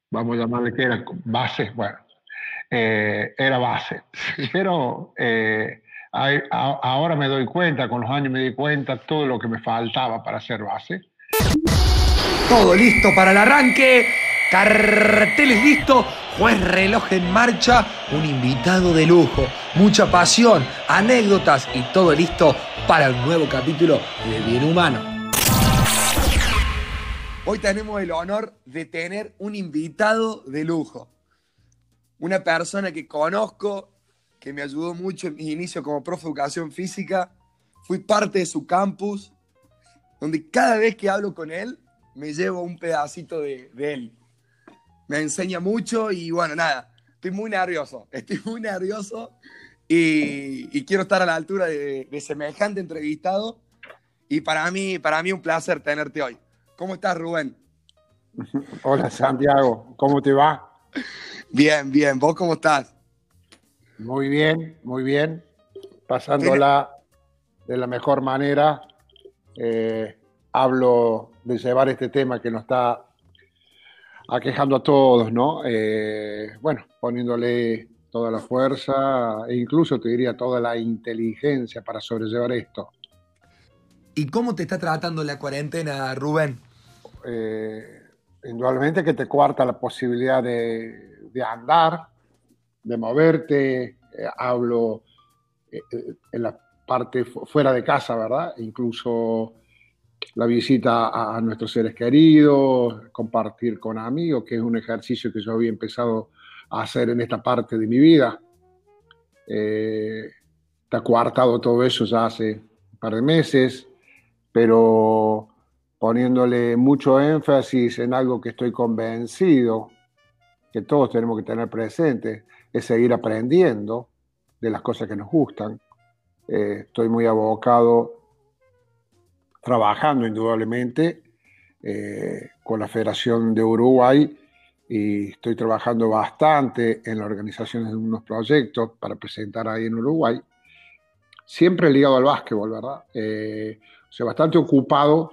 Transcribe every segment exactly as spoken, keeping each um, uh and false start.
vamos a llamarle que era base, bueno, eh, era base. Pero eh, hay- a- ahora me doy cuenta, con los años me di cuenta todo lo que me faltaba para ser base. Todo listo para el arranque. Carteles listo. Juez reloj en marcha. Un invitado de lujo. Mucha pasión, anécdotas y todo listo para un nuevo capítulo de Bien Humano. Hoy tenemos el honor de tener un invitado de lujo. Una persona que conozco, que me ayudó mucho en mis inicios como profe de educación física. Fui parte de su campus, donde cada vez que hablo con él, me llevo un pedacito de, de él. Me enseña mucho y bueno, nada, estoy muy nervioso, estoy muy nervioso y, y quiero estar a la altura de, de semejante entrevistado y para mí, para mí un placer tenerte hoy. ¿Cómo estás, Rubén? Hola Santiago, ¿cómo te va? Bien, bien, ¿vos cómo estás? Muy bien, muy bien, Ten- pasándola de la mejor manera. Eh, hablo de llevar este tema que nos está aquejando a todos, ¿no? Eh, bueno, poniéndole toda la fuerza e incluso te diría toda la inteligencia para sobrellevar esto. ¿Y cómo te está tratando la cuarentena, Rubén? Eh, Indudablemente que te cuarta la posibilidad de, de andar, de moverte. Eh, hablo eh, eh, en la parte fu- fuera de casa, ¿verdad? Incluso la visita a, a nuestros seres queridos, compartir con amigos, que es un ejercicio que yo había empezado a hacer en esta parte de mi vida. Eh, Está coartado todo eso ya hace un par de meses, pero poniéndole mucho énfasis en algo que estoy convencido que todos tenemos que tener presente, es seguir aprendiendo de las cosas que nos gustan. Eh, estoy muy abocado, trabajando indudablemente eh, con la Federación de Uruguay y estoy trabajando bastante en la organización de unos proyectos para presentar ahí en Uruguay, siempre ligado al básquetbol, ¿verdad? Eh, o sea, bastante ocupado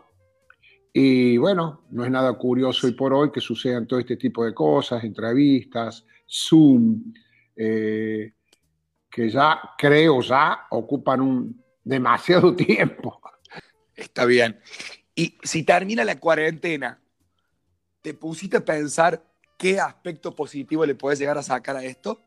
y bueno, no es nada curioso hoy por hoy que sucedan todo este tipo de cosas, entrevistas, Zoom, eh, que ya creo ya ocupan un demasiado tiempo. Está bien. Y si termina la cuarentena, ¿te pusiste a pensar qué aspecto positivo le puedes llegar a sacar a esto?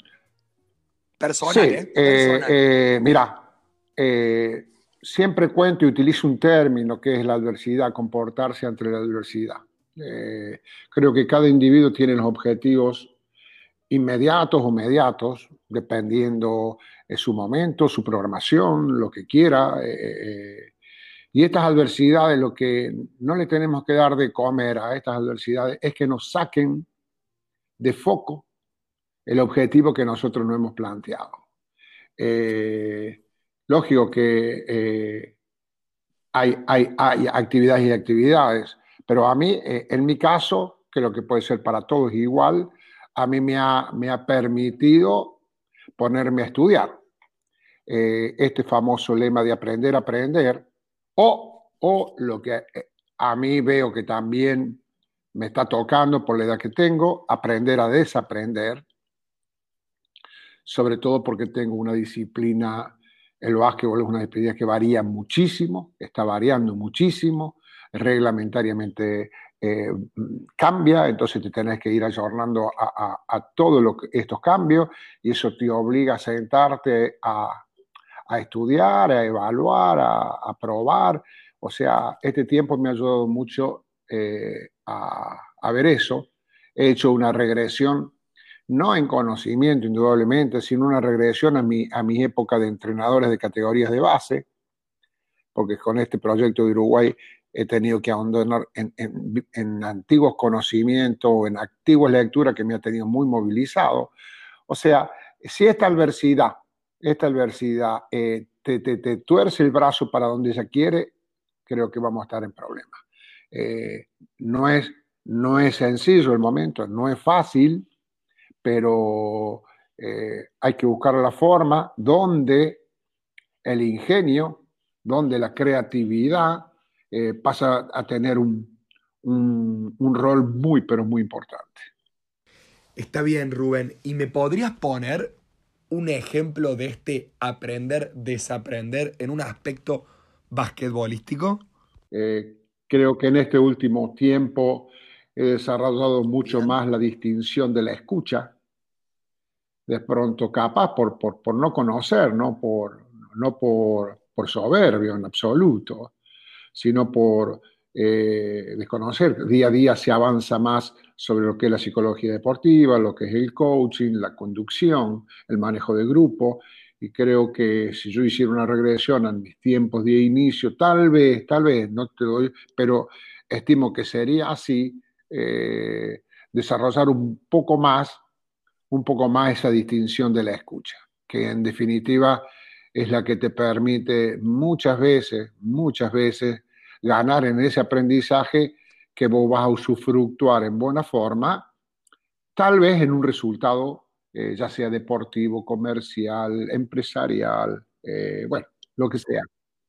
Sí, Personal, ¿eh? eh, Personal. eh, mira, eh, siempre cuento y utilizo un término que es la adversidad, comportarse ante la adversidad. Eh, Creo que cada individuo tiene los objetivos inmediatos o mediatos, dependiendo de su momento, su programación, lo que quiera. Eh, eh, y estas adversidades, lo que no le tenemos que dar de comer a estas adversidades es que nos saquen de foco el objetivo que nosotros no hemos planteado. Eh, Lógico que eh, hay, hay, hay, actividades y actividades, pero a mí, eh, en mi caso, que lo que puede ser para todos igual, a mí me ha, me ha permitido ponerme a estudiar. Eh, este famoso lema de aprender a aprender, o, o lo que eh, a mí veo que también me está tocando por la edad que tengo, aprender a desaprender, sobre todo porque tengo una disciplina, el básquetbol es una disciplina que varía muchísimo, está variando muchísimo, reglamentariamente eh, cambia, entonces te tenés que ir ayornando a, a, a todos estos cambios y eso te obliga a sentarte a, a estudiar, a evaluar, a, a, probar. O sea, este tiempo me ha ayudado mucho eh, a, a ver eso. He hecho una regresión no en conocimiento indudablemente, sino una regresión a mi, a mi época de entrenadores de categorías de base, porque con este proyecto de Uruguay he tenido que ahondar en, en, en antiguos conocimientos o en antiguas lecturas que me ha tenido muy movilizado. O sea, si esta adversidad, esta adversidad eh, te, te, te tuerce el brazo para donde ella quiere, creo que vamos a estar en problemas. Eh, no, es, no es sencillo el momento, no es fácil, pero eh, hay que buscar la forma donde el ingenio, donde la creatividad eh, pasa a tener un, un, un rol muy, pero muy importante. Está bien, Rubén. ¿Y me podrías poner un ejemplo de este aprender, desaprender en un aspecto basquetbolístico? Eh, Creo que en este último tiempo he desarrollado mucho Bien. más la distinción de la escucha, de pronto capaz por, por, por no conocer, no por, no por, por soberbio en absoluto, sino por eh, desconocer. Día a día se avanza más sobre lo que es la psicología deportiva, lo que es el coaching, la conducción, el manejo de grupo. Y creo que si yo hiciera una regresión a mis tiempos de inicio, tal vez, tal vez, no te doy, pero estimo que sería así, eh, desarrollar un poco más, un poco más esa distinción de la escucha, que en definitiva es la que te permite muchas veces, muchas veces ganar en ese aprendizaje que vos vas a usufructuar en buena forma, tal vez en un resultado, eh, ya sea deportivo, comercial, empresarial, eh, bueno, lo que sea.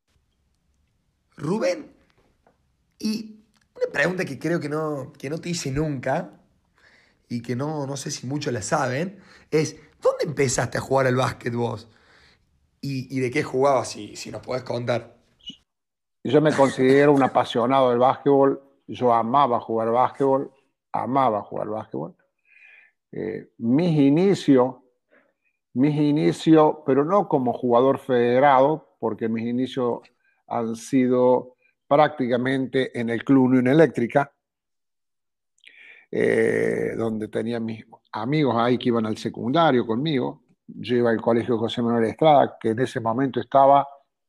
Rubén, y una pregunta que creo que no, que no te hice nunca y que no, no sé si muchos la saben, es, ¿dónde empezaste a jugar al básquet vos? ¿Y, y de qué jugabas, si, si nos podés contar? Yo me considero un apasionado del básquetbol, yo amaba jugar básquetbol, amaba jugar básquetbol. Eh, mis inicios, mis inicios, pero no como jugador federado, porque mis inicios han sido prácticamente en el Club Unión Eléctrica, eh, donde tenía mis amigos ahí que iban al secundario conmigo. Yo iba al Colegio José Manuel Estrada, que en ese momento estaba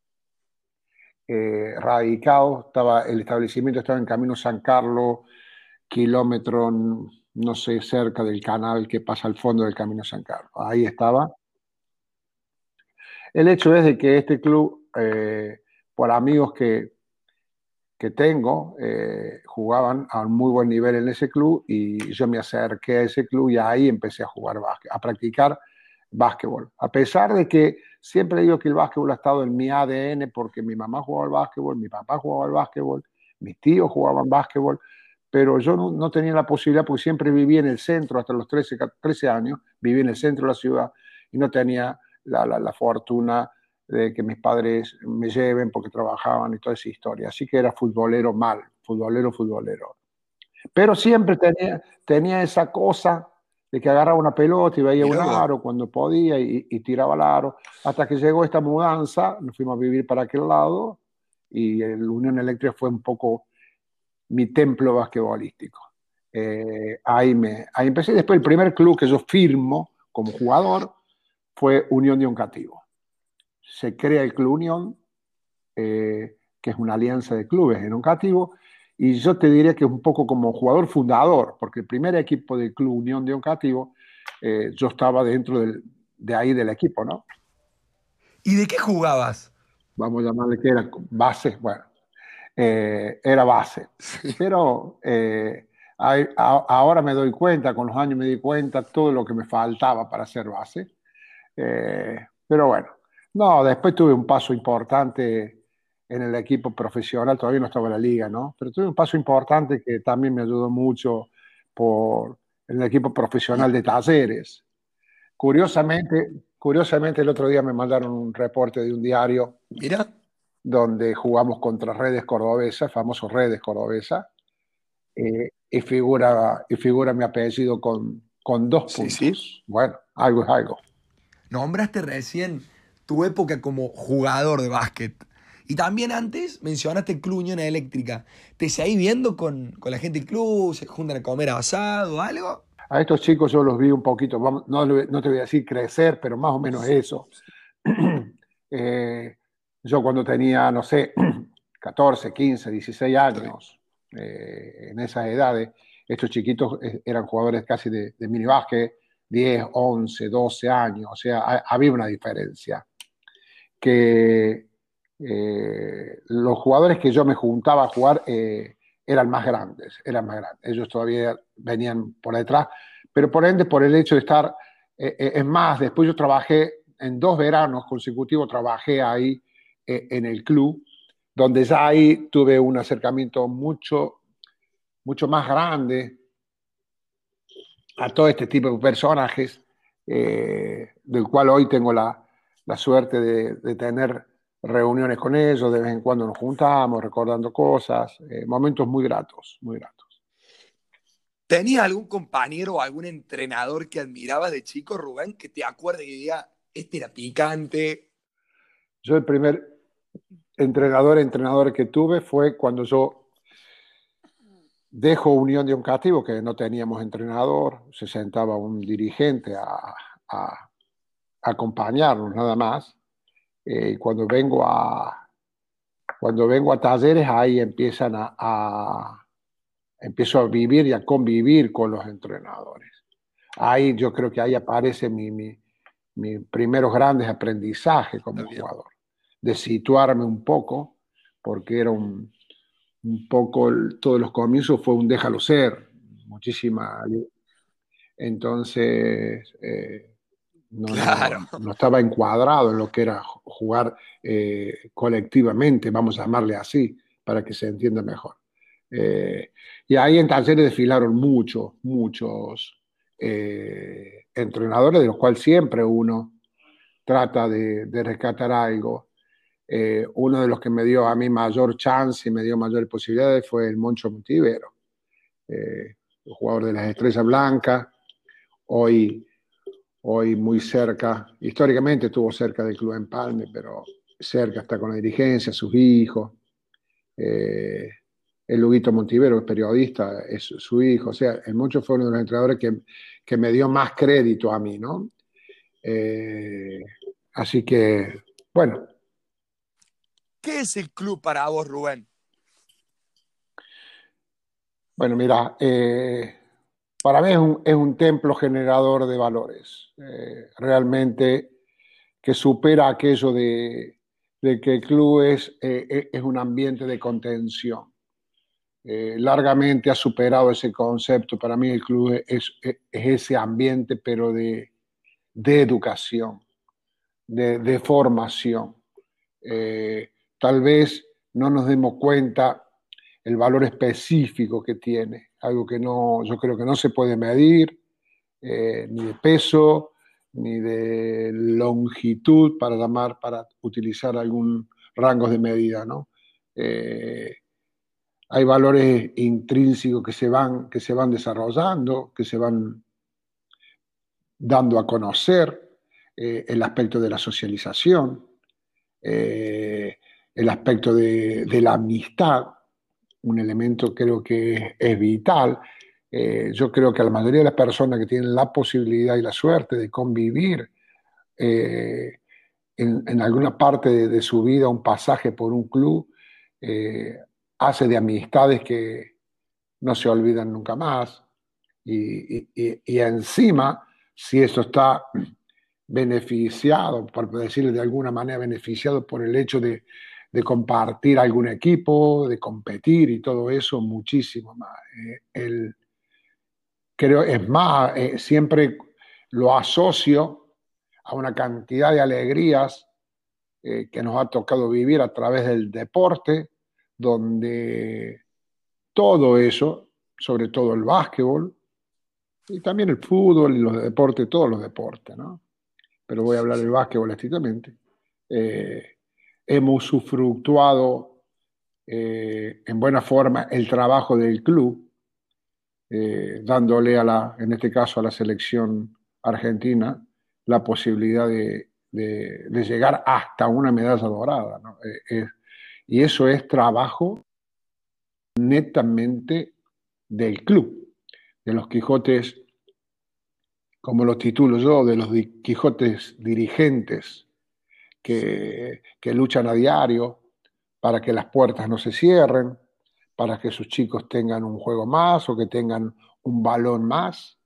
eh, radicado, estaba, el establecimiento estaba en Camino San Carlos, kilómetro, no sé, cerca del canal que pasa al fondo del Camino San Carlos. Ahí estaba. El hecho es de que este club, eh, por amigos que, que tengo, eh, jugaban a un muy buen nivel en ese club y yo me acerqué a ese club y ahí empecé a jugar básquet, a practicar básquetbol. A pesar de que siempre digo que el básquetbol ha estado en mi A D N porque mi mamá jugaba al básquetbol, mi papá jugaba al básquetbol, mis tíos jugaban básquetbol, pero yo no, no tenía la posibilidad porque siempre viví en el centro hasta los trece, trece años, viví en el centro de la ciudad y no tenía la, la, la fortuna de que mis padres me lleven porque trabajaban y toda esa historia. Así que era futbolero mal, futbolero, futbolero. Pero siempre tenía, tenía esa cosa de que agarraba una pelota y veía un Mirá vos. aro cuando podía y, y tiraba el aro. Hasta que llegó esta mudanza, nos fuimos a vivir para aquel lado y el Unión Eléctrica fue un poco mi templo basquetbolístico. Eh, ahí, me, ahí empecé. Después el primer club que yo firmo como jugador fue Unión de Oncativo. Se crea el Club Unión, eh, que es una alianza de clubes en Oncativo, y yo te diría que es un poco como jugador fundador, porque el primer equipo del Club Unión de Oncativo, eh, yo estaba dentro del, de ahí del equipo, ¿no? ¿Y de qué jugabas? Vamos a llamarle que era base, bueno, eh, era base. Pero eh, hay, a, ahora me doy cuenta, con los años me di cuenta todo lo que me faltaba para ser base. Eh, pero bueno, no, después tuve un paso importante en el equipo profesional, todavía no estaba en la liga, ¿no? Pero tuve un paso importante que también me ayudó mucho por en el equipo profesional de Talleres. Curiosamente, curiosamente el otro día me mandaron un reporte de un diario Mirá. donde jugamos contra Redes Cordobesa, famosos Redes Cordobesa, eh, y, figura, y figura mi apellido con, con dos Sí, sí. puntos. Bueno, algo es algo. Nombraste recién tu época como jugador de básquet. Y también antes mencionaste el Club Unión Eléctrica. ¿Te seguís viendo con, con la gente del club? ¿Se juntan a comer asado o algo? A estos chicos yo los vi un poquito, vamos, no, no te voy a decir crecer, pero más o menos eso. Eh, yo cuando tenía, no sé, catorce, quince, dieciséis Está bien. años, eh, en esas edades, estos chiquitos eh, eran jugadores casi de, de minibásquet, diez, once, doce años, o sea, ha- había una diferencia. Que eh, los jugadores que yo me juntaba a jugar eh, eran más grandes, eran más grandes. Ellos todavía venían por detrás, pero por ende, por el hecho de estar, eh, eh, es más, después yo trabajé en dos veranos consecutivos, trabajé ahí eh, en el club, donde ya ahí tuve un acercamiento mucho, mucho más grande a todo este tipo de personajes, eh, del cual hoy tengo la, la suerte de, de, tener reuniones con ellos, de vez en cuando nos juntamos, recordando cosas, eh, momentos muy gratos, muy gratos. ¿Tenías algún compañero o algún entrenador que admirabas de chico, Rubén, que te acuerde y diga, este era picante? Yo el primer entrenador, entrenador que tuve fue cuando yo dejo Unión de un Cativo, que no teníamos entrenador, se sentaba un dirigente a, a, a acompañarnos nada más. Eh, y cuando vengo a cuando vengo a Talleres, ahí empiezan a, a empiezo a vivir y a convivir con los entrenadores. Ahí yo creo que ahí aparece mi, mi, mis primeros grandes aprendizajes como jugador, de situarme un poco, porque era un, un poco, todos los comienzos fue un déjalo ser, muchísima. Entonces, eh, no, Claro. no, no estaba encuadrado en lo que era jugar eh, colectivamente, vamos a llamarle así, para que se entienda mejor. Eh, y ahí en Talleres desfilaron muchos, muchos eh, entrenadores, de los cuales siempre uno trata de, de rescatar algo. Eh, uno de los que me dio a mí mayor chance y me dio mayores posibilidades fue el Moncho Montivero, eh, el jugador de las Estrellas Blancas, hoy, hoy muy cerca, históricamente estuvo cerca del Club Empalme, pero cerca está con la dirigencia, sus hijos. Eh, el Luguito Montivero, el periodista, es su hijo. O sea, el Moncho fue uno de los entrenadores que, que me dio más crédito a mí, ¿no? Eh, así que, bueno. ¿Qué es el club para vos, Rubén? Bueno, mira, eh, para mí es un, es un templo generador de valores, eh, realmente que supera aquello de, de que el club es, eh, es un ambiente de contención. Eh, largamente ha superado ese concepto. Para mí el club es, es, es ese ambiente, pero de, de educación, de, de formación. Eh, tal vez no nos demos cuenta el valor específico que tiene, algo que no, yo creo que no se puede medir, eh, ni de peso, ni de longitud, para llamar, para utilizar algún rango de medida, ¿no? Eh, hay valores intrínsecos que se van, que se van desarrollando, que se van dando a conocer, eh, el aspecto de la socialización, eh, el aspecto de, de, la amistad, un elemento creo que es, es vital. Eh, yo creo que a la mayoría de las personas que tienen la posibilidad y la suerte de convivir eh, en, en, alguna parte de, de, su vida, un pasaje por un club, eh, hace de amistades que no se olvidan nunca más. Y, y, y encima, si eso está beneficiado, por decirlo de alguna manera, beneficiado por el hecho de, de compartir algún equipo, de competir y todo eso, muchísimo más. Eh, el, creo, es más, eh, siempre lo asocio a una cantidad de alegrías eh, que nos ha tocado vivir a través del deporte, donde todo eso, sobre todo el básquetbol, y también el fútbol y los deportes, todos los deportes, ¿no? Pero voy a hablar del básquetbol estrictamente. Eh, hemos usufructuado eh, en buena forma el trabajo del club, eh, dándole a la, en este caso a la selección argentina, la posibilidad de, de, de llegar hasta una medalla dorada, ¿no? Eh, eh, y eso es trabajo netamente del club, de los Quijotes, como los titulo yo, de los Quijotes dirigentes que, que luchan a diario para que las puertas no se cierren, para que sus chicos tengan un juego más o que tengan un balón más.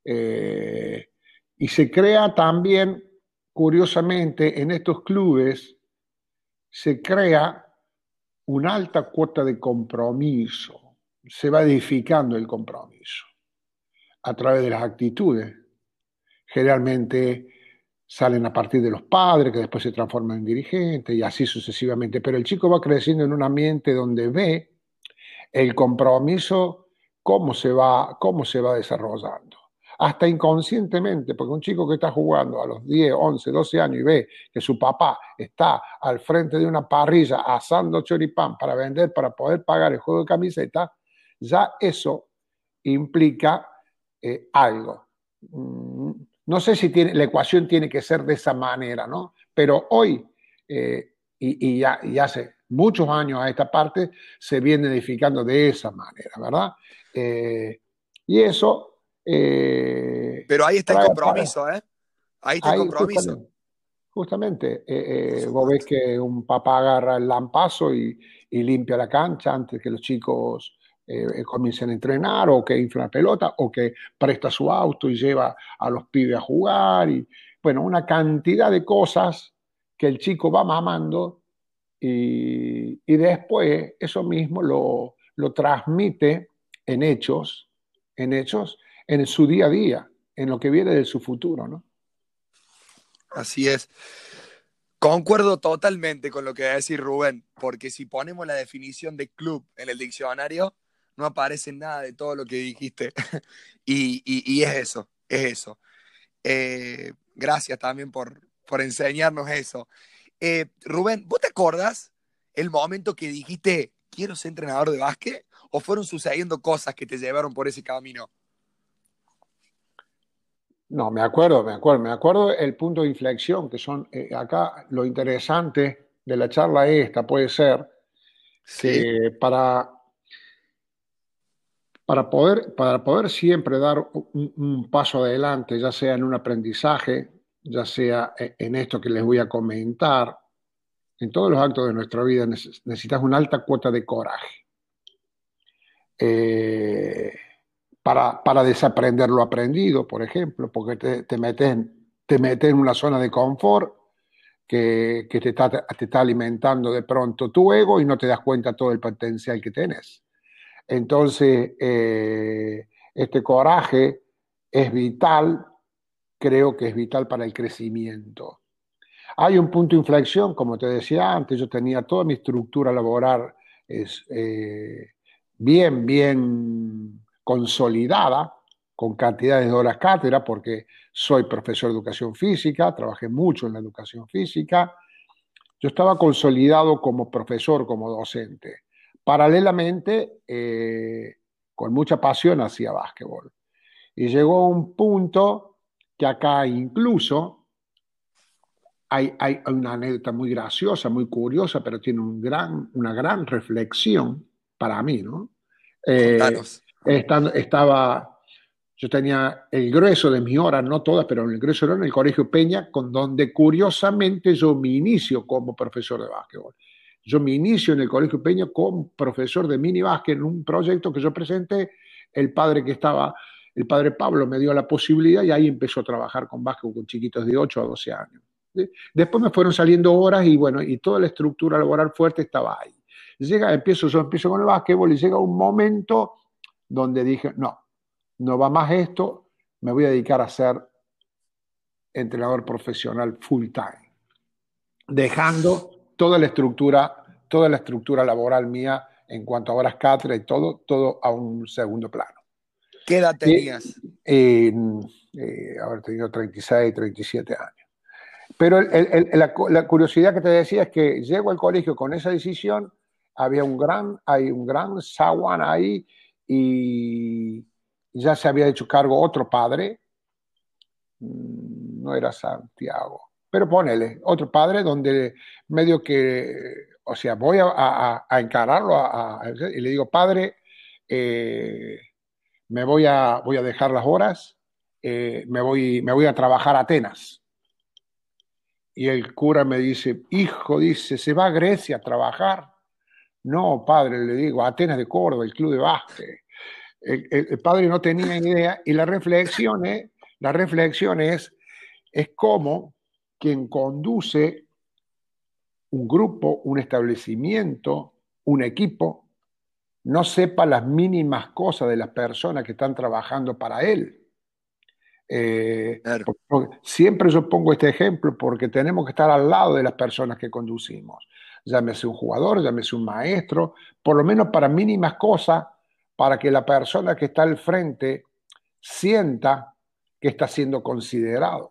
Eh, y se crea también, curiosamente, en estos clubes, se crea una alta cuota de compromiso, se va edificando el compromiso a través de las actitudes. Generalmente salen a partir de los padres, que después se transforman en dirigentes y así sucesivamente, pero el chico va creciendo en un ambiente donde ve el compromiso, cómo se va, cómo se va desarrollando. hasta inconscientemente, porque un chico que está jugando a los diez, once, doce años y ve que su papá está al frente de una parrilla asando choripán para vender, para poder pagar el juego de camiseta, ya eso implica eh, algo. Mm, no sé si tiene, la ecuación tiene que ser de esa manera, ¿no? Pero hoy, eh, y, y, ya, y hace muchos años a esta parte, se viene edificando de esa manera, ¿verdad? Eh, y eso eh, Pero ahí está el trae para, compromiso, ¿eh? Ahí está el ahí compromiso. justamente, justamente Por eh, eh, vos ves supuesto. que un papá agarra el lampazo y, y limpia la cancha antes que los chicos eh, comiencen a entrenar, o que infla la pelota, o que presta su auto y lleva a los pibes a jugar, y bueno, una cantidad de cosas que el chico va mamando, y, y después eso mismo lo, lo transmite en hechos, en hechos, en su día a día, en lo que viene de su futuro, ¿no? Así es. Concuerdo totalmente con lo que decís, Rubén, porque si ponemos la definición de club en el diccionario, no aparece nada de todo lo que dijiste. y, y, y es eso, es eso. Eh, gracias también por, por enseñarnos eso. Eh, Rubén, ¿vos te acordás el momento que dijiste, quiero ser entrenador de básquet? ¿O fueron sucediendo cosas que te llevaron por ese camino? No, me acuerdo, me acuerdo, me acuerdo el punto de inflexión, que son eh, acá lo interesante de la charla esta puede ser Sí, que para, para poder, para poder siempre dar un, un paso adelante, ya sea en un aprendizaje, ya sea e- en esto que les voy a comentar, en todos los actos de nuestra vida neces- necesitas una alta cuota de coraje. Eh, para, para desaprender lo aprendido, por ejemplo, porque te, te metes, en- te metes en una zona de confort que, que te, está, te está alimentando de pronto tu ego y no te das cuenta todo el potencial que tienes. Entonces, eh, este coraje es vital, creo que es vital para el crecimiento. Hay un punto de inflexión, como te decía antes, yo tenía toda mi estructura laboral es, eh, bien, bien consolidada, con cantidades de horas cátedra, porque soy profesor de educación física, trabajé mucho en la educación física. Yo estaba consolidado como profesor, como docente. Paralelamente, eh, con mucha pasión hacía básquetbol. Y llegó un punto que acá incluso hay, hay una anécdota muy graciosa, muy curiosa, pero tiene un gran, una gran reflexión para mí, ¿no? Eh, contanos. estando, estaba, yo tenía el grueso de mis horas, no todas, pero el grueso era en el Colegio Peña, con donde curiosamente yo me inicio como profesor de básquetbol. Yo me inicio en el Colegio Peña como profesor de mini básquet en un proyecto que yo presenté. El padre que estaba, el padre Pablo me dio la posibilidad y ahí empezó a trabajar con básquet con chiquitos de ocho a doce años. ¿Sí? Después me fueron saliendo horas y bueno, y toda la estructura laboral fuerte estaba ahí. Llega, empiezo, yo empiezo con el básquetbol y llega un momento donde dije, no, no va más esto, me voy a dedicar a ser entrenador profesional full time, dejando toda la estructura, toda la estructura laboral mía en cuanto a horas cátedra y todo, todo a un segundo plano. ¿Qué edad Y, tenías? eh, eh, haber tenido treinta y seis, treinta y siete años. Pero el, el, el, la, la, curiosidad que te decía es que llego al colegio con esa decisión, había un gran, hay un gran zaguán ahí, y ya se había hecho cargo otro padre, no era Santiago, pero ponele, otro padre donde medio que, o sea, voy a, a, a encararlo a, a, y le digo, padre, eh, me voy a, voy a dejar las horas, eh, me, voy, me voy a trabajar a Atenas. Y el cura me dice, hijo, dice, ¿se va a Grecia a trabajar? No, padre, le digo, Atenas de Córdoba, el club de básquet. El, el, el padre no tenía idea, y la reflexión es, la reflexión es, es cómo quien conduce un grupo, un establecimiento, un equipo, no sepa las mínimas cosas de las personas que están trabajando para él. Eh, Claro. porque siempre yo pongo este ejemplo porque tenemos que estar al lado de las personas que conducimos. Llámese un jugador, llámese un maestro, por lo menos para mínimas cosas, para que la persona que está al frente sienta que está siendo considerado.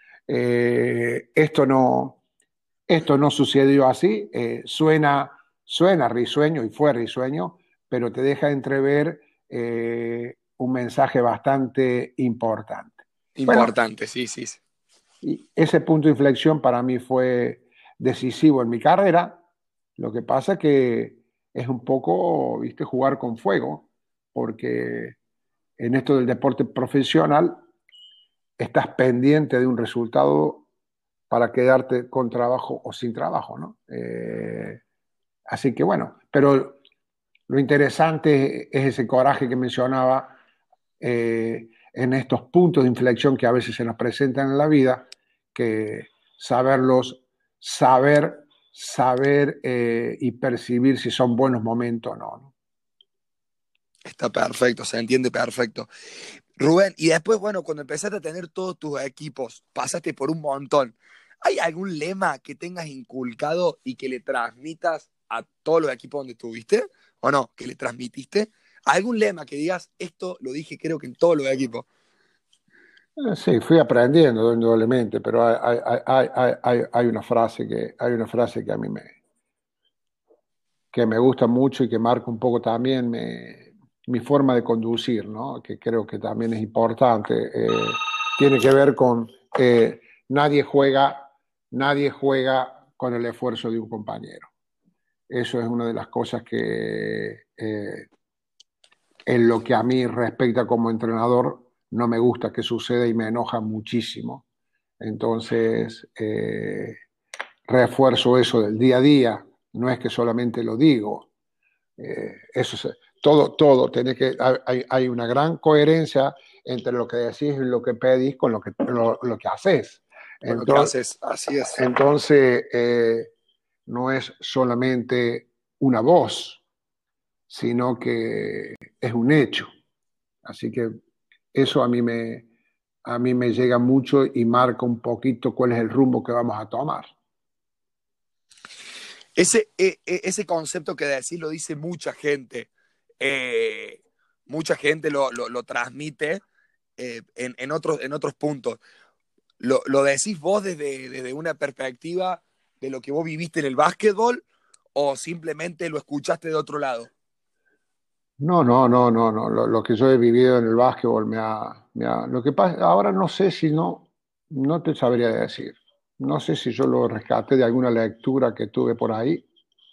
Eh, esto no, esto no sucedió así, eh, suena, suena risueño y fue risueño, pero te deja entrever eh, un mensaje bastante importante. Bueno, Importante, sí, sí, sí. y ese punto de inflexión para mí fue decisivo en mi carrera. Lo que pasa que es un poco, viste, jugar con fuego, porque en esto del deporte profesional estás pendiente de un resultado para quedarte con trabajo o sin trabajo, ¿no? Eh, así que bueno, pero lo interesante es ese coraje que mencionaba eh, en estos puntos de inflexión que a veces se nos presentan en la vida, que saberlos, saber, saber eh, y percibir si son buenos momentos o no, ¿no? Está perfecto, se entiende perfecto. Rubén, y después, bueno, cuando empezaste a tener todos tus equipos, pasaste por un montón. ¿Hay algún lema que tengas inculcado y que le transmitas a todos los equipos donde estuviste? ¿O no? ¿Que le transmitiste? ¿Algún lema que digas, esto lo dije creo que en todos los equipos? Eh, Sí, fui aprendiendo indudablemente, pero hay, hay, hay, hay, hay- hay una frase que, hay una frase que a mí me, que me gusta mucho y que marca un poco también me- mi forma de conducir, ¿no? Que creo que también es importante. Eh, tiene que ver con eh, nadie juega, nadie juega con el esfuerzo de un compañero. Eso es una de las cosas que eh, en lo que a mí respecta como entrenador no me gusta que suceda y me enoja muchísimo. Entonces, eh, refuerzo eso del día a día, no es que solamente lo digo. Eh, eso es, todo, todo, tiene que, hay, hay, una gran coherencia entre lo que decís y lo que pedís con lo que, lo, lo que haces. Con lo que Entonces, haces, así es. entonces eh, no es solamente una voz, sino que es un hecho. Así que eso a mí me, a mí me llega mucho y marca un poquito cuál es el rumbo que vamos a tomar. Ese, e- e- ese concepto que decís lo dice mucha gente. Eh, mucha gente lo, lo, lo transmite eh, en, en, otros, en otros puntos. ¿Lo, lo decís vos desde, desde una perspectiva de lo que vos viviste en el básquetbol o simplemente lo escuchaste de otro lado? No, no, no, no, no. Lo, lo que yo he vivido en el básquetbol me ha, me ha- Lo que pasa, ahora no sé si no, no te sabría decir. No sé si yo lo rescaté de alguna lectura que tuve por ahí.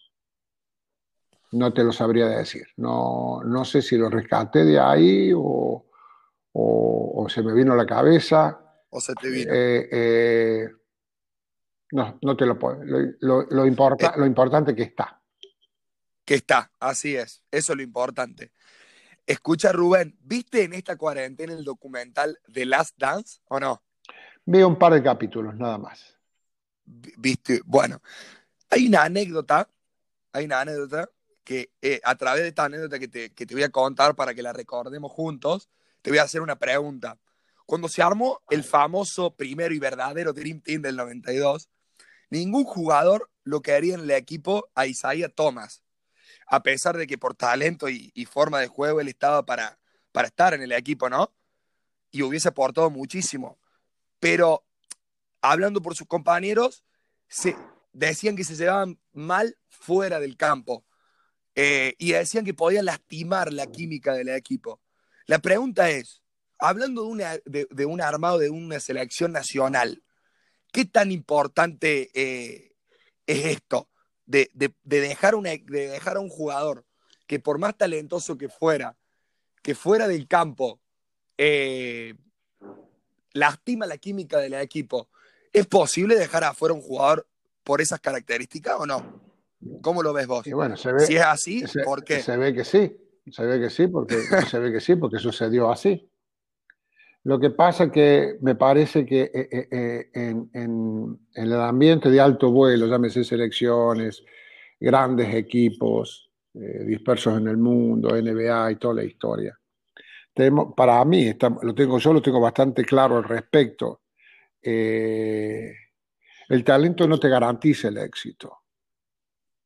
No te lo sabría decir. No, no sé si lo rescaté de ahí o, o- o se me vino a la cabeza. ¿O se te vino? Eh, eh, no, no te lo puedo. Lo, lo, lo Eh, importa, lo importante que está. que está, así es. Eso es lo importante. Escucha, Rubén, ¿viste en esta cuarentena el documental The Last Dance o no? Veo un par de capítulos, nada más. Vi- ¿Viste? Bueno, hay una anécdota, hay una anécdota que eh, a través de esta anécdota que te, que te voy a contar para que la recordemos juntos, te voy a hacer una pregunta. Cuando se armó el famoso primero y verdadero Dream Team del noventa y dos, ningún jugador lo quería en el equipo a Isaiah Thomas, a pesar de que por talento y, y forma de juego él estaba para, para estar en el equipo, ¿no? Y hubiese aportado muchísimo. Pero hablando por sus compañeros, se decían que se llevaban mal fuera del campo eh, y decían que podían lastimar la química del equipo. La pregunta es, hablando de, una, de, de un armado de una selección nacional, ¿qué tan importante eh, es esto de, de, de, dejar una, de dejar a un jugador que por más talentoso que fuera, que fuera del campo, eh, lastima la química del equipo? ¿Es posible dejar afuera un jugador por esas características o no? ¿Cómo lo ves Y vos? bueno, se Si ve, es así, se, ¿por qué? se ve que sí, se ve que sí, porque se ve que sí, porque sucedió así. Lo que pasa es que me parece que eh, eh, eh, en, en- en el ambiente de alto vuelo, llámese selecciones, grandes equipos eh, dispersos en el mundo, N B A y toda la historia, tenemos, para mí, está- lo tengo, yo lo tengo bastante claro al respecto. Eh, el talento no te garantiza el éxito.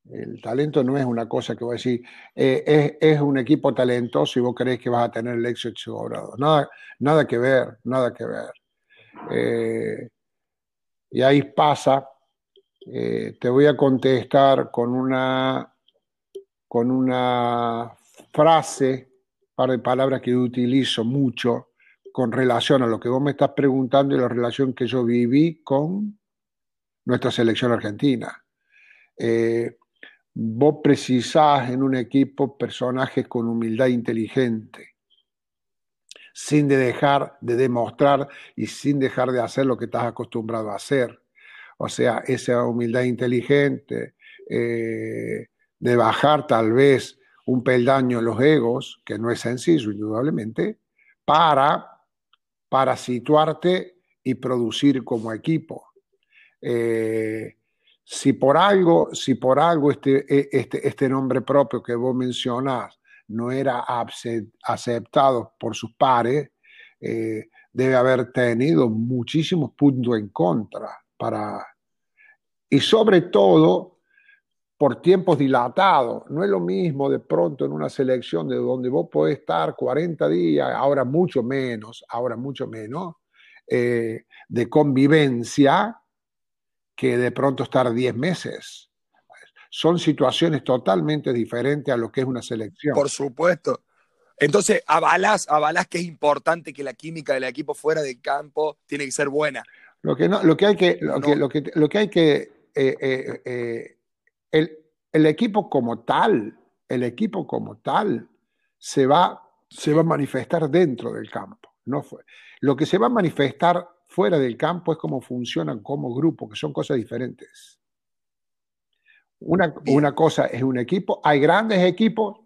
El talento no es una cosa que voy a decir, eh, es, es un equipo talentoso y vos creés que vas a tener el éxito asegurado. Nada, nada que ver, nada que ver. Eh, y ahí pasa, eh, te voy a contestar con una, con una frase, un par de palabras que yo utilizo mucho con relación a lo que vos me estás preguntando y la relación que yo viví con nuestra selección argentina. Eh, Vos precisás en un equipo personajes con humildad inteligente, sin de dejar de demostrar y sin dejar de hacer lo que estás acostumbrado a hacer. O sea, esa humildad inteligente, eh, de bajar tal vez un peldaño en los egos, que no es sencillo, indudablemente, para, para situarte y producir como equipo. Eh, si por algo, si por algo este, este, este nombre propio que vos mencionás no era aceptado por sus pares, eh, debe haber tenido muchísimos puntos en contra para, y sobre todo por tiempos dilatados. No es lo mismo de pronto en una selección de donde vos podés estar cuarenta días, ahora mucho menos, ahora mucho menos, eh, de convivencia, que de pronto estar diez meses. Son situaciones totalmente diferentes a lo que es una selección. Por supuesto. Entonces, avalás, avalás que es importante que la química del equipo fuera del campo tiene que ser buena. Lo que, no, lo que hay que, lo que, No, lo que, lo que, hay que eh, eh, eh, el, el equipo como tal, el equipo como tal se va, se va a sí. manifestar dentro del campo. No fue. Lo que se va a manifestar fuera del campo es cómo funcionan como grupo, que son cosas diferentes. Una, Bien. una cosa es un equipo, hay grandes equipos.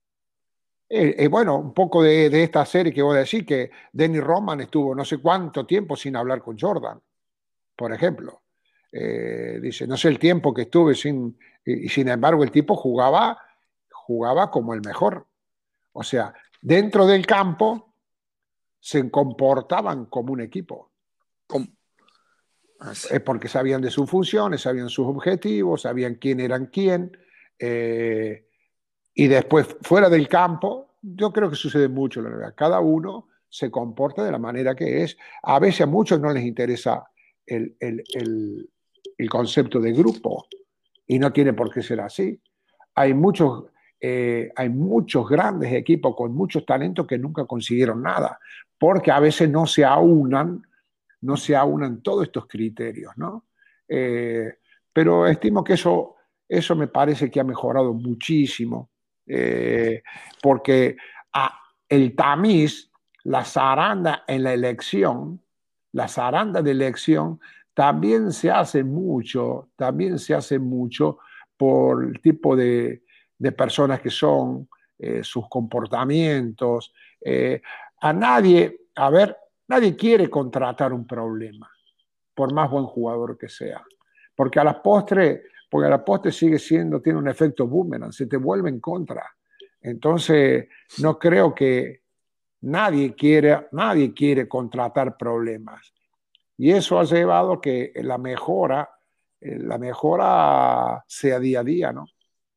Eh, eh, bueno, un poco de, de, esta serie que voy a decir, que Dennis Rodman estuvo no sé cuánto tiempo sin hablar con Jordan, por ejemplo. Eh, dice, no sé el tiempo que estuve sin, y, y sin embargo el tipo jugaba, jugaba como el mejor. O sea, dentro del campo se comportaban como un equipo. ¿Cómo? Así. Es porque sabían de sus funciones, sabían sus objetivos, sabían quién eran quién. Eh, y después, fuera del campo, yo creo que sucede mucho en la N B A. Cada uno se comporta de la manera que es. A veces a muchos no les interesa el, el, el, el concepto de grupo y no tiene por qué ser así. Hay muchos, eh, hay muchos grandes equipos con muchos talentos que nunca consiguieron nada, porque a veces no se aunan, no se aunan todos estos criterios, ¿no? Eh, pero estimo que eso, eso me parece que ha mejorado muchísimo, eh, porque a, el tamiz, la zaranda en la elección, la zaranda de elección, también se hace mucho, también se hace mucho por el tipo de, de personas que son, eh, sus comportamientos. Eh, a nadie, a ver, nadie quiere contratar un problema, por más buen jugador que sea, porque a las postres, porque a la postre sigue siendo, tiene un efecto boomerang, se te vuelve en contra. Entonces, no creo que nadie quiere, nadie quiere contratar problemas. Y eso ha llevado a que la mejora, eh, la mejora sea día a día, ¿no?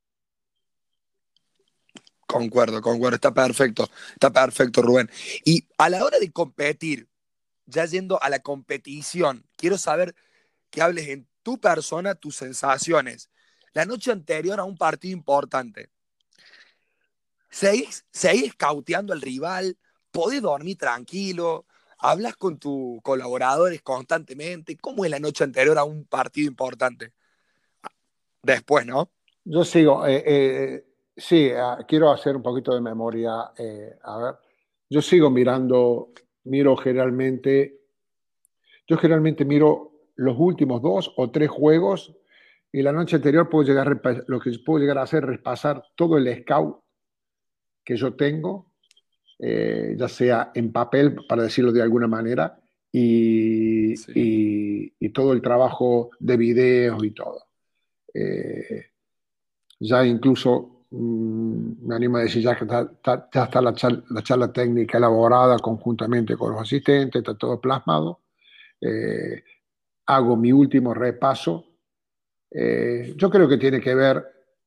Concuerdo, concuerdo. Está perfecto. Está perfecto, Rubén. Y a la hora de competir, ya yendo a la competición, quiero saber que hables en tu persona, tus sensaciones. La noche anterior a un partido importante, ¿seguís, seguís cauteando al rival? ¿Podés dormir tranquilo? ¿Hablas con tus colaboradores constantemente? ¿Cómo es la noche anterior a un partido importante? Después, ¿no? Yo sigo, eh, eh, sí, uh, quiero hacer un poquito de memoria. Eh, a ver, yo sigo mirando, miro generalmente, yo generalmente miro los últimos dos o tres juegos y la noche anterior puedo llegar, lo que puedo llegar a hacer es repasar todo el scout que yo tengo, eh, ya sea en papel, para decirlo de alguna manera, y, Sí. y, y todo el trabajo de videos y todo. Eh, ya incluso mmm, me animo a decir ya que está, está, ya está la, charla, la charla técnica elaborada conjuntamente con los asistentes, está todo plasmado. Eh, Hago mi último repaso. Eh, yo creo que tiene que ver.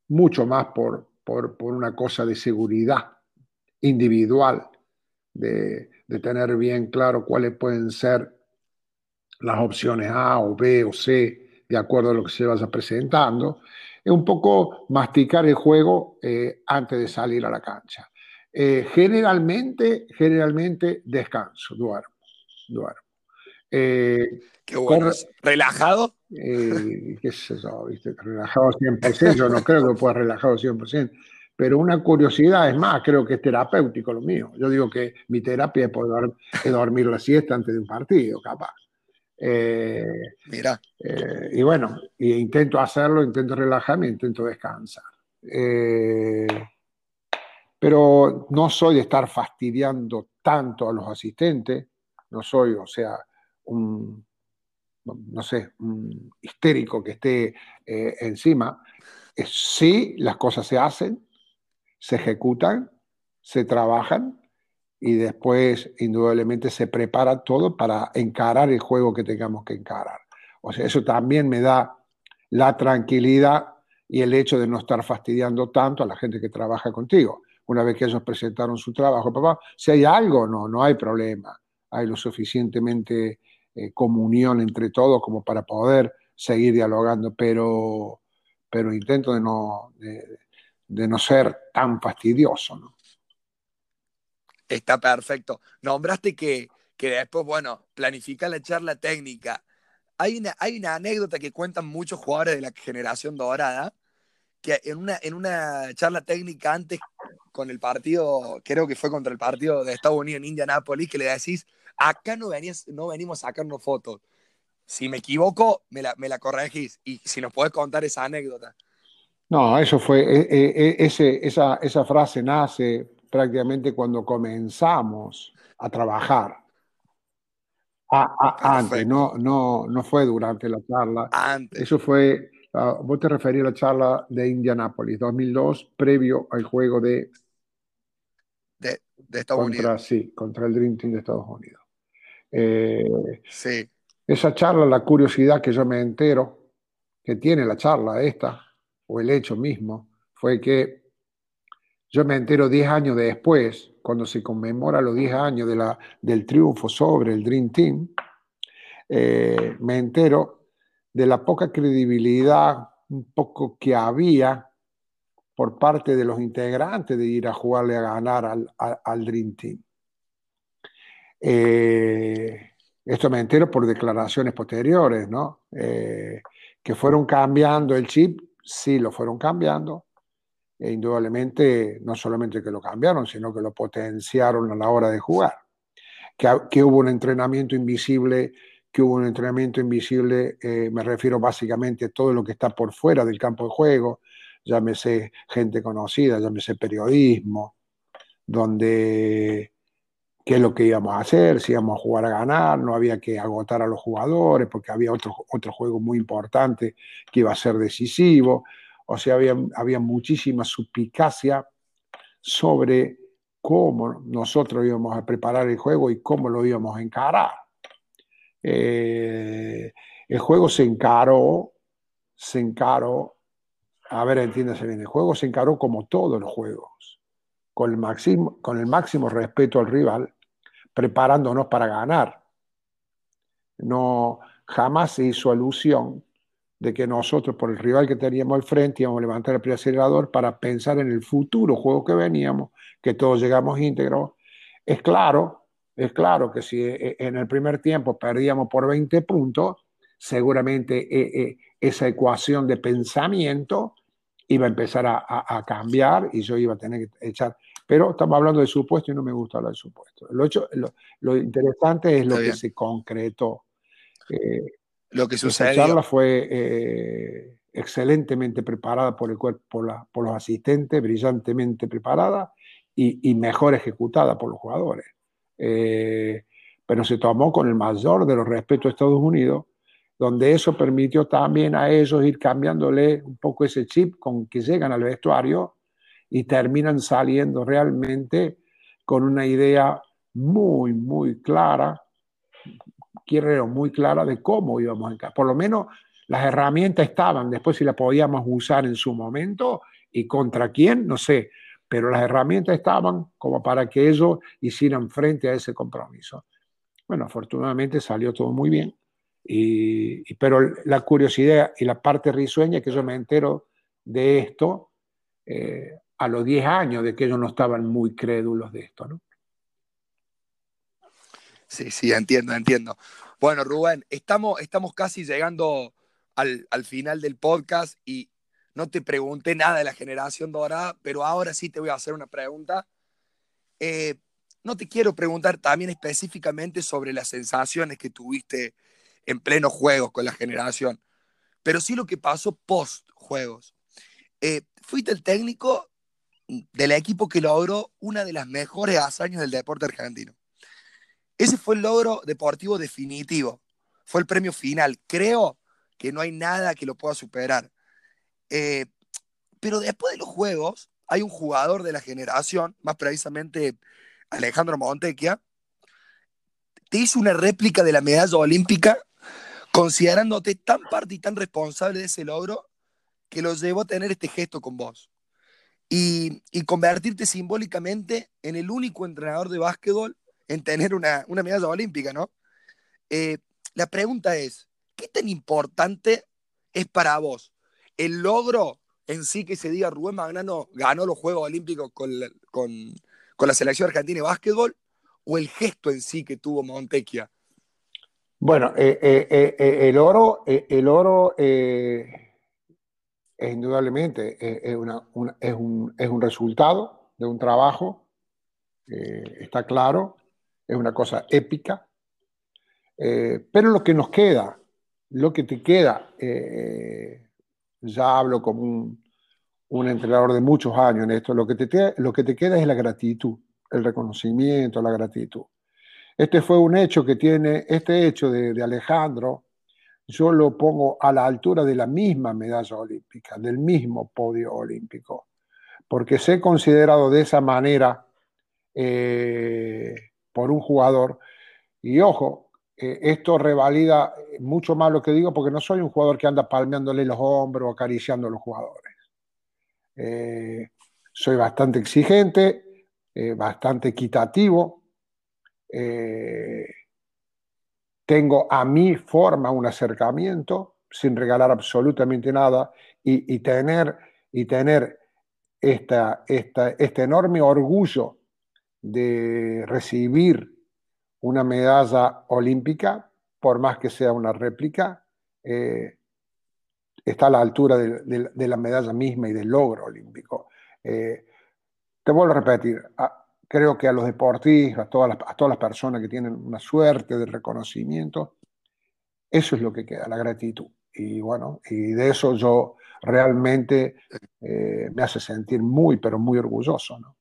mucho más por, por, por una cosa de seguridad individual, de, de tener bien claro cuáles pueden ser las opciones A o B o C, de acuerdo a lo que se vaya presentando. Es un poco masticar el juego eh, antes de salir a la cancha. Eh, generalmente, generalmente descanso, duermo, duermo. Eh, Qué bueno por, eso. ¿Relajado? eh, qué sé yo, ¿viste? Relajado cien por ciento, yo no creo que pueda relajado cien por ciento, pero una curiosidad, es más, creo que es terapéutico lo mío. Yo digo que mi terapia es, poder, es dormir la siesta antes de un partido, capaz. Eh, Mira, eh, y bueno, y intento hacerlo, intento relajarme, intento descansar. Eh, pero no soy de estar fastidiando tanto a los asistentes, no soy, o sea, un, no sé, un histérico que esté eh, encima. Eh, sí, las cosas se hacen, se ejecutan, se trabajan y después indudablemente se prepara todo para encarar el juego que tengamos que encarar. O sea, eso también me da la tranquilidad y el hecho de no estar fastidiando tanto a la gente que trabaja contigo. Una vez que ellos presentaron su trabajo, papá, si hay algo, no, no hay problema. Hay lo suficientemente eh, comunión entre todos como para poder seguir dialogando, pero, pero intento de no, de, de no ser tan fastidioso, ¿no? está perfecto. Nombraste que, que después, bueno, planifica la charla técnica. Hay una, hay una anécdota que cuentan muchos jugadores de la generación dorada, que en una, en una charla técnica antes con el partido, creo que fue contra el partido de Estados Unidos en Indianápolis, que le decís, acá no, venías, no venimos a sacarnos fotos. Si me equivoco, me la, me la corregís. Y si nos podés contar esa anécdota. No, eso fue, e- e- e- ese, esa, esa frase nace prácticamente cuando comenzamos a trabajar. A- a- antes, Perfecto. no, no, no fue durante la charla. Antes Eso fue, ah, vos te referís a la charla de Indianápolis, dos mil dos, previo al juego de de, de Estados Unidos. contra, sí, contra el Dream Team de Estados Unidos. Eh, Sí, esa charla, la curiosidad que yo me entero que tiene la charla esta, o el hecho mismo, fue que yo me entero diez años después, cuando se conmemora los diez años de la, del triunfo sobre el Dream Team, eh, me entero de la poca credibilidad un poco que había por parte de los integrantes de ir a jugarle a ganar al, al, al Dream Team. Eh, esto me entero por declaraciones posteriores, ¿no? Eh, que fueron cambiando el chip, sí lo fueron cambiando, e indudablemente no solamente que lo cambiaron, sino que lo potenciaron a la hora de jugar. Que, que hubo un entrenamiento invisible, que hubo un entrenamiento invisible, eh, me refiero básicamente a todo lo que está por fuera del campo de juego, llámese gente conocida, llámese periodismo, donde qué es lo que íbamos a hacer, si íbamos a jugar a ganar, no había que agotar a los jugadores porque había otro, otro juego muy importante que iba a ser decisivo. O sea, había, había muchísima suspicacia sobre cómo nosotros íbamos a preparar el juego y cómo lo íbamos a encarar. Eh, el juego se encaró, se encaró, a ver, entiéndase bien, el juego se encaró como todos los juegos, con el máximo, con el máximo respeto al rival, preparándonos para ganar. No, jamás se hizo alusión de que nosotros, por el rival que teníamos al frente, íbamos a levantar el preacelerador para pensar en el futuro juego que veníamos, que todos llegamos íntegros. Es claro, es claro que si en el primer tiempo perdíamos por veinte puntos, seguramente eh, eh, esa ecuación de pensamiento iba a empezar a, a, a, cambiar y yo iba a tener que echar. Pero estamos hablando de supuesto y no me gusta hablar de supuesto. Lo, hecho, lo, lo interesante es está lo que bien. se concretó. Eh, Lo que esa charla sucedió. fue eh, excelentemente preparada por, el cuerpo, por, la, por los asistentes, brillantemente preparada y, y mejor ejecutada por los jugadores. Eh, pero se tomó con el mayor de los respetos a Estados Unidos, donde eso permitió también a ellos ir cambiándole un poco ese chip con que llegan al vestuario y terminan saliendo realmente con una idea muy, muy clara, quiero muy clara de cómo íbamos a encarar. Por lo menos las herramientas estaban, después si las podíamos usar en su momento, ¿Y contra quién? No sé, pero las herramientas estaban como para que ellos hicieran frente a ese compromiso. Bueno, afortunadamente salió todo muy bien, y, y, pero la curiosidad y la parte risueña es que yo me entero de esto eh, a los diez años, de que ellos no estaban muy crédulos de esto, ¿no? Sí, sí, entiendo, entiendo. Bueno, Rubén, estamos, estamos casi llegando al, al final del podcast y no te pregunté nada de la generación dorada, pero ahora sí te voy a hacer una pregunta. Eh, no te quiero preguntar también específicamente sobre las sensaciones que tuviste en pleno juegos con la generación, pero sí lo que pasó post juegos. Eh, fuiste el técnico del equipo que logró una de las mejores hazañas del deporte argentino. Ese fue el logro deportivo definitivo. Fue el premio final. Creo que no hay nada que lo pueda superar. Eh, pero después de los juegos, hay un jugador de la generación, más precisamente Alejandro Montequia, te hizo una réplica de la medalla olímpica, considerándote tan parte y tan responsable de ese logro que lo llevó a tener este gesto con vos. Y, y convertirte simbólicamente en el único entrenador de básquetbol en tener una, una medalla olímpica, ¿no? Eh, la pregunta es, ¿qué tan importante es para vos el logro en sí que se diga Rubén Magnano ganó los Juegos Olímpicos con la, con, con la selección argentina de básquetbol o el gesto en sí que tuvo Montequia? Bueno, eh, eh, eh, eh, el oro, eh, el oro eh, es indudablemente eh, es, una, una, es, un, es un resultado de un trabajo, eh, está claro, es una cosa épica, eh, pero lo que nos queda, lo que te queda, eh, ya hablo como un, un entrenador de muchos años en esto, lo que, te, lo que te queda es la gratitud, el reconocimiento, la gratitud. Este fue un hecho que tiene, este hecho de, de Alejandro, yo lo pongo a la altura de la misma medalla olímpica, del mismo podio olímpico, porque sé considerado de esa manera eh, por un jugador. Y ojo, eh, esto revalida mucho más lo que digo, porque no soy un jugador que anda palmeándole los hombros o acariciando a los jugadores. Eh, soy bastante exigente, eh, bastante equitativo. Eh, tengo a mi forma un acercamiento sin regalar absolutamente nada, y, y tener, y tener esta, esta, este enorme orgullo de recibir una medalla olímpica, por más que sea una réplica, eh, está a la altura de, de, de, la medalla misma y del logro olímpico. Eh, te vuelvo a repetir, a, creo que a los deportistas, a todas, las, a todas las personas que tienen una suerte de reconocimiento, eso es lo que queda, la gratitud. Y bueno, y de eso yo realmente eh, me hace sentir muy, pero muy orgulloso, ¿no?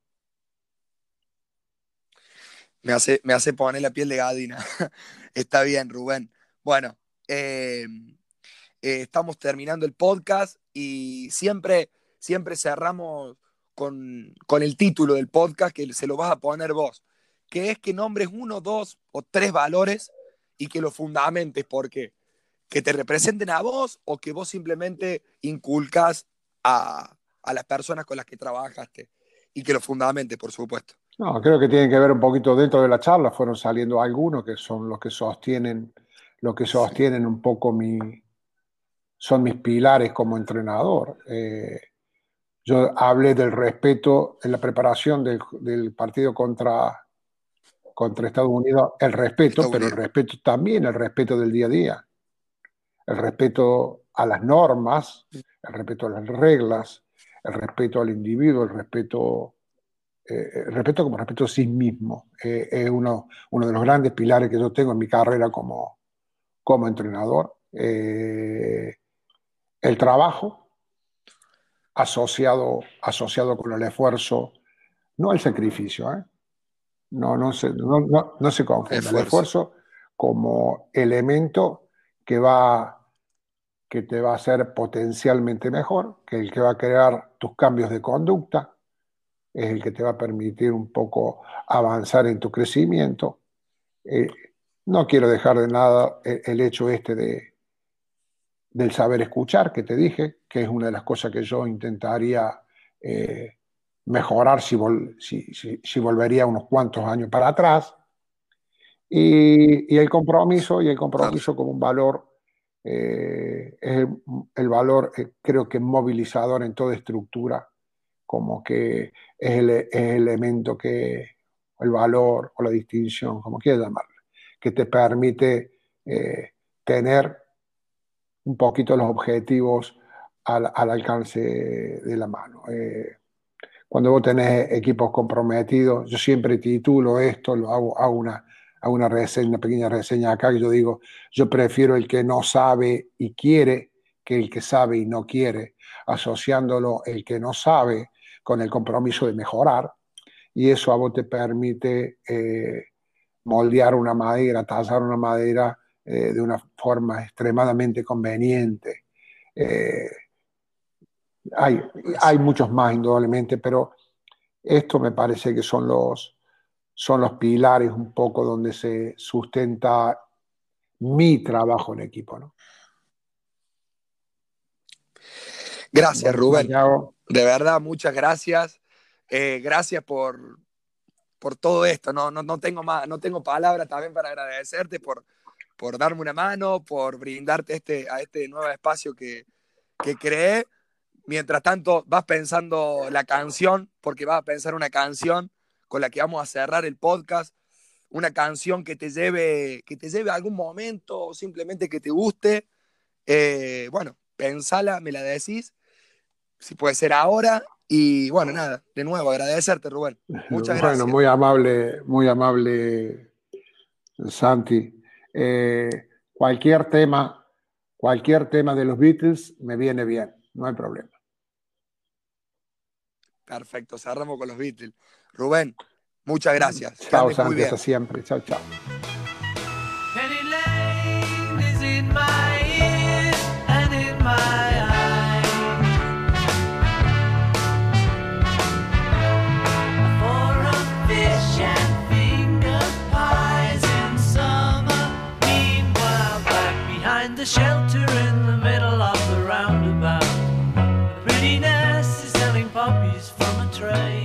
Me hace, me hace poner la piel de gallina. Está bien, Rubén. Bueno, eh, eh, estamos terminando el podcast y siempre, siempre cerramos con, con el título del podcast que se lo vas a poner vos, que es que nombres uno, dos o tres valores y que los fundamentes, porque que te representen a vos o que vos simplemente inculcas a, a las personas con las que trabajaste y que los fundamentes, por supuesto. No, creo que tienen que ver un poquito dentro de la charla, fueron saliendo algunos que son los que sostienen, los que sostienen un poco mi, son mis pilares como entrenador. Eh, yo hablé del respeto en la preparación del, del partido contra, contra Estados Unidos, el respeto, Estados pero el Unidos. respeto también, el respeto del día a día, el respeto a las normas, el respeto a las reglas, el respeto al individuo, el respeto, eh, el respeto como respeto a sí mismo. Eh, es uno, uno de los grandes pilares que yo tengo en mi carrera como, como entrenador. Eh, el trabajo asociado, asociado con el esfuerzo, no el sacrificio, ¿eh? No, no, se, no, no, no se confunda. El Esfuerzo. esfuerzo como elemento que, va, que te va a hacer potencialmente mejor, que es el que va a crear tus cambios de conducta, es el que te va a permitir un poco avanzar en tu crecimiento. Eh, no quiero dejar de nada el, el hecho este de, del saber escuchar que te dije, que es una de las cosas que yo intentaría eh, mejorar si, vol si, si, si volvería unos cuantos años para atrás. Y, y el compromiso, y el compromiso como un valor, eh, es el, el valor, eh, creo que movilizador en toda estructura, como que es el, es el elemento que, el valor o la distinción, como quieras llamarlo, que te permite eh, tener un poquito los objetivos al, al alcance de la mano. Eh, cuando vos tenés equipos comprometidos, yo siempre titulo esto, lo hago, hago una, hago una reseña, una pequeña reseña acá, que yo digo, yo prefiero el que no sabe y quiere que el que sabe y no quiere, asociándolo el que no sabe con el compromiso de mejorar, y eso a vos te permite eh, moldear una madera, tallar una madera eh, de una forma extremadamente conveniente. Eh, hay, hay muchos más, indudablemente, pero esto me parece que son los, son los pilares un poco donde se sustenta mi trabajo en equipo, ¿no? Gracias, Bueno, Rubén. Santiago. De verdad, muchas gracias. Eh, gracias por, por todo esto. No, no, no tengo más, no tengo palabras también para agradecerte por, por darme una mano, por brindarte este, a este nuevo espacio que, que creé. Mientras tanto, vas pensando la canción, porque vas a pensar una canción con la que vamos a cerrar el podcast, una canción que te lleve, que te lleve a algún momento o simplemente que te guste. Eh, bueno, pensala, me la decís, si puede ser ahora. Y bueno, nada, de nuevo, agradecerte, Rubén. Muchas Bueno, gracias. muy amable, muy amable, Santi. Eh, cualquier tema, cualquier tema de los Beatles me viene bien, no hay problema. Perfecto, cerramos con los Beatles. Rubén, muchas gracias. Que Chao, andes muy Santi, bien. hasta siempre. Chao, chao. Penny Lane is in my ears and in my eyes. For a fish and finger pies in summer. Meanwhile, back behind the shelter in the middle of the roundabout, a pretty nurse is selling poppies from a tray.